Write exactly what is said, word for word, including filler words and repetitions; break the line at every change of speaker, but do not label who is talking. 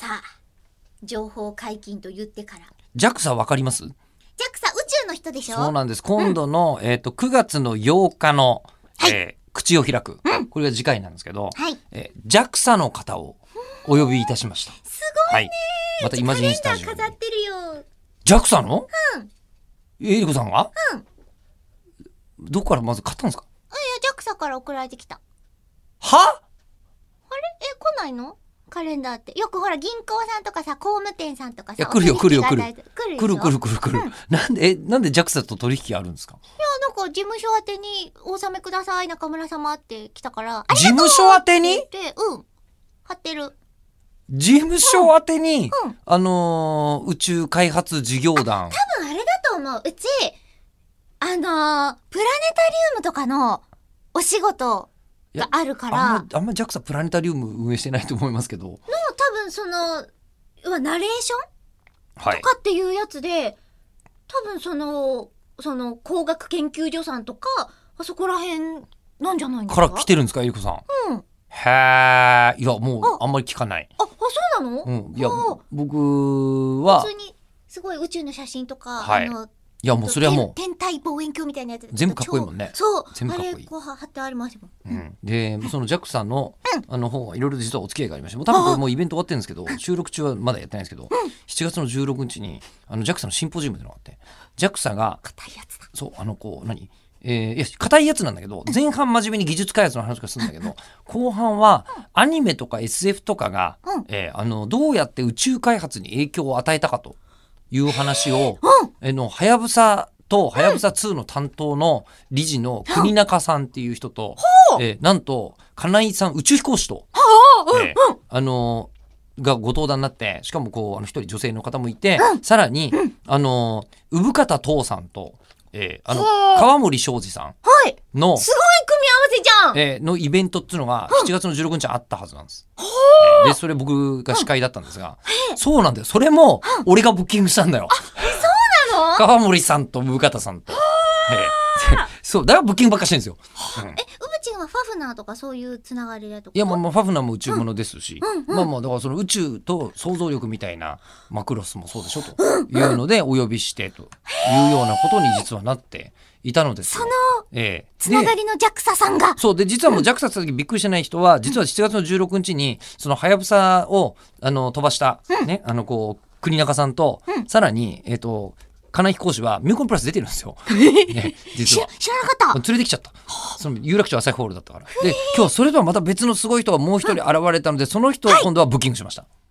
さあ、情報解禁と言ってから。
ジャクサ わかります？
ジャクサ 宇宙の人でしょ。
そうなんです。今度の、うん、えーと、くがつのようかの、
はい、
えー、口を開く、うん、これが次回なんですけど、
はい、
えー、ジャクサ の方をお呼びいたしました。
すごいね、はい、
またイマジンスタジオ
カレンダー飾ってるよ。
ジャクサ の？
うん。
えりこさんが？
うん。
どこからまず買ったんですか？
いや、ジャクサ から送られてきた。
は？
あれ？え、来ないの？カレンダーって。よくほら、銀行さんとかさ、工務店さんとかさ。
いや、来るよ来るよ来る。
来る
来る来る来る来る。なんで、え、なんで ジャクサ と取引あるんですか？
いや、なんか事務所宛てにお納めください、中村様って来たから。
事務所宛てに？
うん。貼ってる。
事務所宛てに、
うんうん、
あのー、宇宙開発事業団。
多分あれだと思う。うち、あのー、プラネタリウムとかのお仕事があるから。
あんま、あんま ジャクサ プラネタリウム運営してないと思いますけど。の、
多分その、ナレーションとかっていうやつで、はい、多分その、その工学研究所さんとか、あそこら辺なんじゃないんですか？
から来てるんですか、えりこさん。
うん。
へー、いや、もうあんまり聞かない。
あ、あ、そうなの？
うん、いや、僕は
普通にすごい宇宙の写真とか、
はい、
あの、
いや、もうそれはもう
天体望遠鏡みたいなやつ
全部かっこいいもんね。
そう、
全部かっこいい。
あれこう貼ってありますもん。
うん、で、その ジャクサ の、うん、あの方はいろいろ実はお付き合いがありまして、もう多分これもうイベント終わってるんですけど、収録中はまだやってないんですけど、うん、しちがつのじゅうろくにちにあの ジャクサ のシンポジウムっていうのがあって、ジャクサ が
硬いやつだ。
そう、あのこう何。えー、いや硬いやつなんだけど、前半真面目に技術開発の話がするんだけど、後半はアニメとか エスエフ とかが、うん、えー、あのどうやって宇宙開発に影響を与えたかという話を、うん、えのはやぶさとはやぶさにの担当の理事の国中さんっていう人と、うん、えー、なんと金井さん宇宙飛行士と、えー、あのがご登壇になって、しかもこうあの一人女性の方もいて、うん、さらに、うん、あの産方父さんとえー、あの川森昌司さんの、はい、す
ごい組み合わせじゃん、
えー、のイベントっていうのがしちがつのじゅうろくにちあったはずなんです、うんえー、でそれ僕が司会だったんですが、うん、そうなんだよ、それも俺がブッキングしたんだよ、
あ、そうなの？
川森さんと産方さんと、えー、そうだからブッキングばっかしてるんですよ、
うん、え、うぶちんはファフナーとかそういうつながりだとか？
いや、まあ、まあファフナーも宇宙ものですし、うんうんうん、まあまあだからその宇宙と想像力みたいなマクロスもそうでしょというのでお呼びしてというようなことに実はなっていたのですよ。
その
ええ、
つながりの ジャクサ さんが
そうで、実はもう ジャクサ って時びっくりしてない人は、実はしちがつのじゅうろくにちにそのはやぶさをあの飛ばした、うん、ね、あのこう国中さんと、うん、さらにえっ、ー、と金井飛行士はミューコンプラス出てるんですよ、
ね、実は知らなかった。
連れてきちゃった。その有楽町朝日ホールだったから。で今日それとはまた別のすごい人がもう一人現れたので、その人を今度はブッキングしました。